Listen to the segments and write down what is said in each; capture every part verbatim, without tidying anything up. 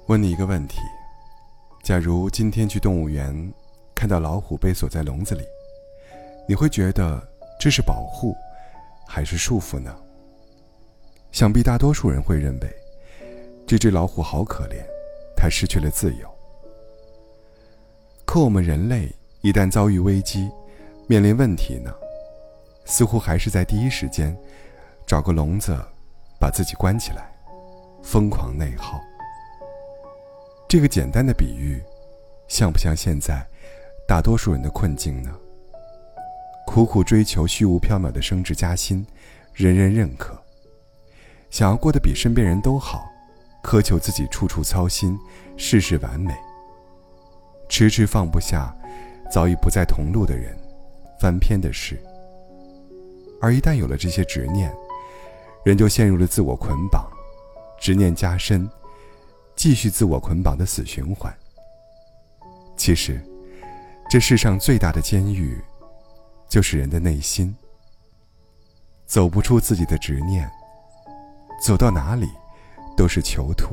问你一个问题，假如今天去动物园看到老虎被锁在笼子里，你会觉得这是保护还是束缚呢？想必大多数人会认为这只老虎好可怜，它失去了自由。可我们人类一旦遭遇危机，面临问题呢，似乎还是在第一时间找个笼子把自己关起来，疯狂内耗。这个简单的比喻像不像现在大多数人的困境呢？苦苦追求虚无缥缈的升职加薪，人人认可，想要过得比身边人都好，苛求自己处处操心，事事完美，迟迟放不下早已不在同路的人，翻篇的事。而一旦有了这些执念，人就陷入了自我捆绑，执念加深，继续自我捆绑的死循环。其实这世上最大的监狱就是人的内心，走不出自己的执念，走到哪里都是囚徒。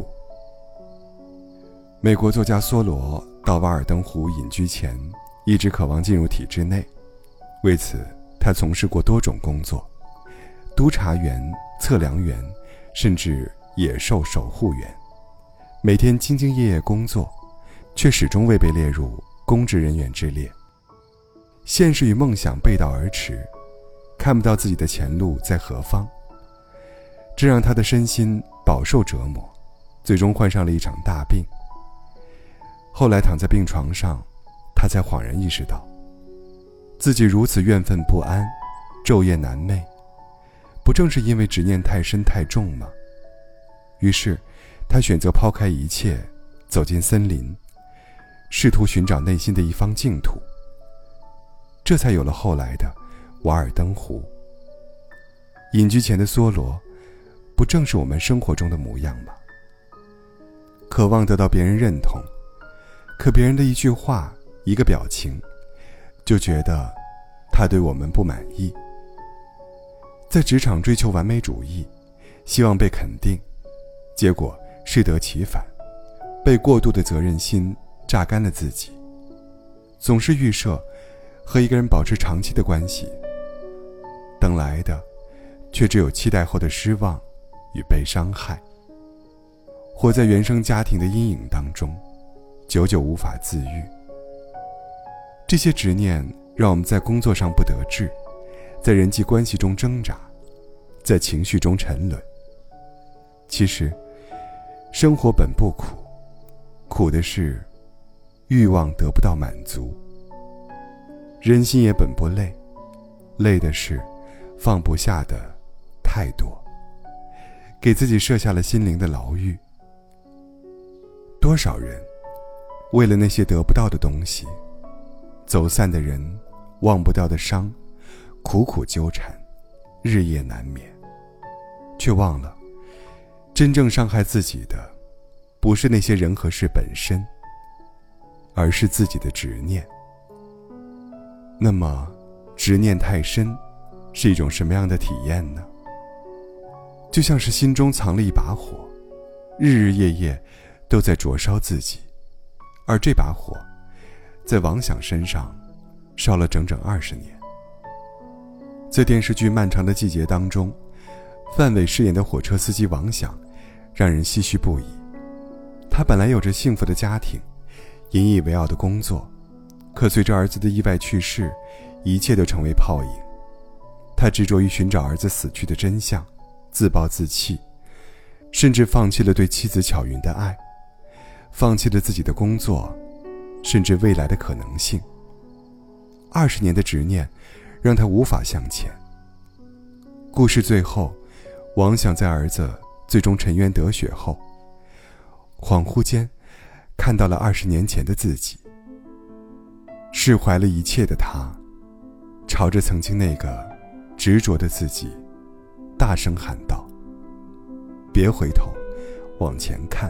美国作家梭罗到瓦尔登湖隐居前，一直渴望进入体制内，为此他从事过多种工作，督察员、测量员，甚至野兽守护员，每天兢兢业业工作，却始终未被列入公职人员之列。现实与梦想背道而驰，看不到自己的前路在何方，这让他的身心饱受折磨，最终患上了一场大病。后来躺在病床上，他才恍然意识到自己如此怨愤不安，昼夜难寐，不正是因为执念太深太重吗？于是他选择抛开一切，走进森林，试图寻找内心的一方净土，这才有了后来的瓦尔登湖。隐居前的梭罗，不正是我们生活中的模样吗？渴望得到别人认同，可别人的一句话，一个表情，就觉得他对我们不满意。在职场追求完美主义，希望被肯定，结果适得其反，被过度的责任心榨干了自己，总是预设和一个人保持长期的关系，等来的却只有期待后的失望与被伤害。活在原生家庭的阴影当中，久久无法自愈。这些执念让我们在工作上不得志，在人际关系中挣扎，在情绪中沉沦。其实生活本不苦，苦的是欲望得不到满足；人心也本不累，累的是放不下的太多，给自己设下了心灵的牢狱。多少人为了那些得不到的东西，走散的人，忘不掉的伤，苦苦纠缠，日夜难眠，却忘了真正伤害自己的不是那些人和事本身，而是自己的执念。那么执念太深是一种什么样的体验呢？就像是心中藏了一把火，日日夜夜都在灼烧自己，而这把火在王响身上烧了整整二十年。在电视剧《漫长的季节》当中，范伟饰演的火车司机王响让人唏嘘不已。他本来有着幸福的家庭，引以为傲的工作，可随着儿子的意外去世，一切都成为泡影。他执着于寻找儿子死去的真相，自暴自弃，甚至放弃了对妻子巧云的爱，放弃了自己的工作，甚至未来的可能性。二十年的执念让他无法向前。故事最后，王响在儿子最终沉冤得雪后，恍惚间看到了二十年前的自己。释怀了一切的他，朝着曾经那个执着的自己大声喊道：别回头，往前看。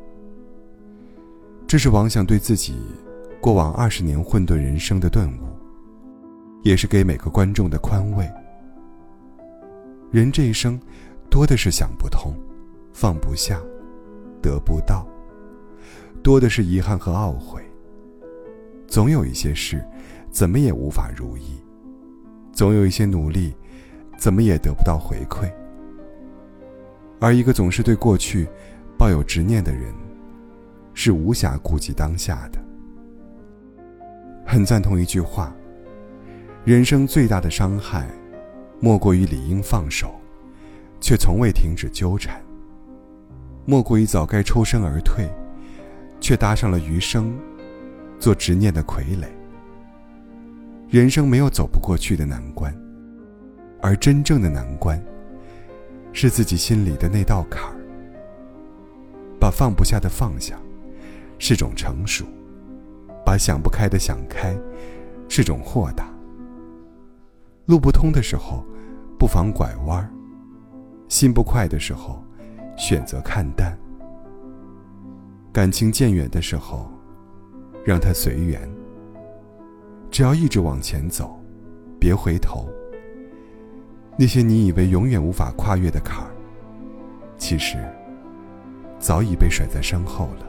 这是王响对自己过往二十年混沌人生的顿悟，也是给每个观众的宽慰。人这一生多的是想不通，放不下，得不到， 多的是遗憾和懊悔。总有一些事怎么也无法如意，总有一些努力怎么也得不到回馈。而一个总是对过去抱有执念的人，是无暇顾及当下的。很赞同一句话，人生最大的伤害莫过于理应放手，却从未停止纠缠，莫过于早该抽身而退，却搭上了余生做执念的傀儡。人生没有走不过去的难关，而真正的难关是自己心里的那道坎儿。把放不下的放下是种成熟，把想不开的想开是种豁达。路不通的时候不妨拐弯，心不快的时候选择看淡，感情渐远的时候让它随缘。只要一直往前走，别回头。那些你以为永远无法跨越的坎儿，其实早已被甩在身后了。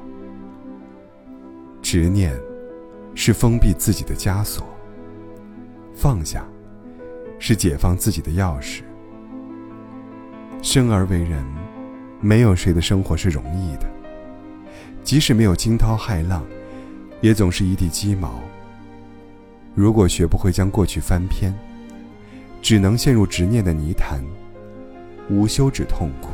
执念是封闭自己的枷锁，放下是解放自己的钥匙。生而为人，没有谁的生活是容易的，即使没有惊涛骇浪，也总是一地鸡毛。如果学不会将过去翻篇，只能陷入执念的泥潭，无休止痛苦。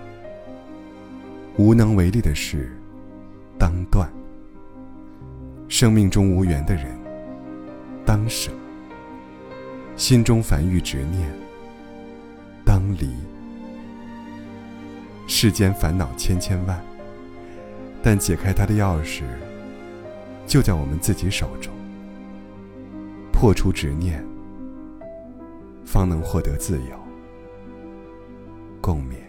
无能为力的事当断，生命中无缘的人当舍，心中烦郁执念当离。世间烦恼千千万，但解开它的钥匙就在我们自己手中。破除执念，方能获得自由。共勉。